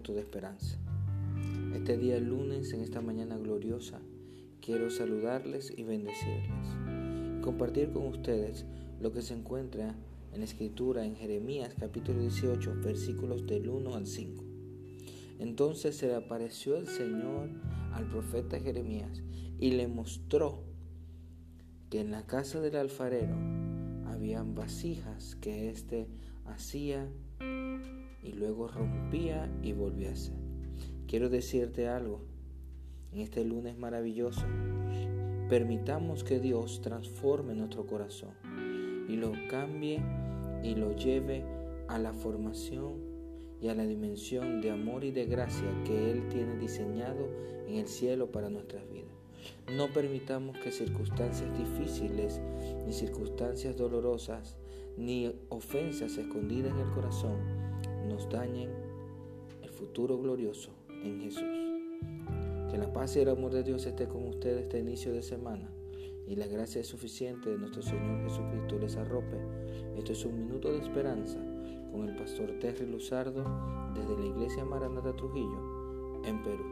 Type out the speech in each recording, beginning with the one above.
minuto de esperanza. Este día lunes, en esta mañana gloriosa, quiero saludarles y bendecirles. Compartir con ustedes lo que se encuentra en la Escritura en Jeremías capítulo 18, versículos del 1 al 5. Entonces se le apareció el Señor al profeta Jeremías y le mostró que en la casa del alfarero habían vasijas que éste hacía y luego rompía y volvía a hacer. Quiero decirte algo en este lunes maravilloso. Permitamos que Dios transforme nuestro corazón y lo cambie y lo lleve a la formación y a la dimensión de amor y de gracia que Él tiene diseñado en el cielo para nuestras vidas. No permitamos que circunstancias difíciles, ni circunstancias dolorosas, ni ofensas escondidas en el corazón nos dañen el futuro glorioso en Jesús. Que la paz y el amor de Dios esté con ustedes este inicio de semana y la gracia suficiente de nuestro Señor Jesucristo les arrope. Esto es un minuto de esperanza con el pastor Terry Luzardo desde la Iglesia Maranata Trujillo en Perú.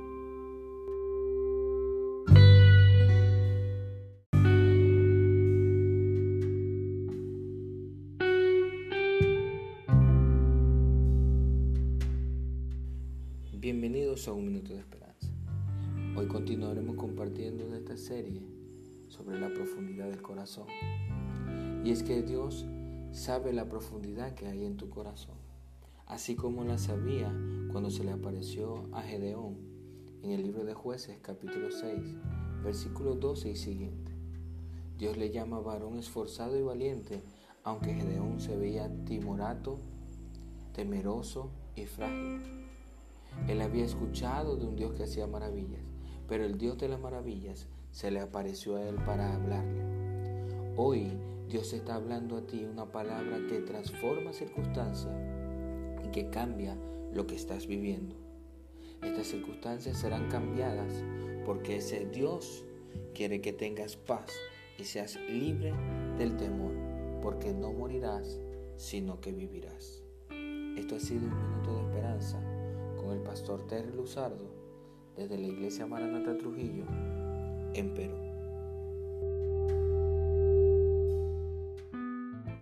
Bienvenidos a un minuto de esperanza. Hoy continuaremos compartiendo de esta serie sobre la profundidad del corazón. Y es que Dios sabe la profundidad que hay en tu corazón, así como la sabía cuando se le apareció a Gedeón en el libro de Jueces capítulo 6, versículos 12 y siguiente. Dios le llama varón esforzado y valiente, aunque Gedeón se veía timorato, temeroso y frágil. Él había escuchado de un Dios que hacía maravillas, pero el Dios de las maravillas se le apareció a él para hablarle. Hoy Dios está hablando a ti una palabra que transforma circunstancias y que cambia lo que estás viviendo. Estas circunstancias serán cambiadas porque ese Dios quiere que tengas paz y seas libre del temor, porque no morirás, sino que vivirás. Esto ha sido un minuto de esperanza con el pastor Terry Luzardo desde la Iglesia Maranata Trujillo en Perú.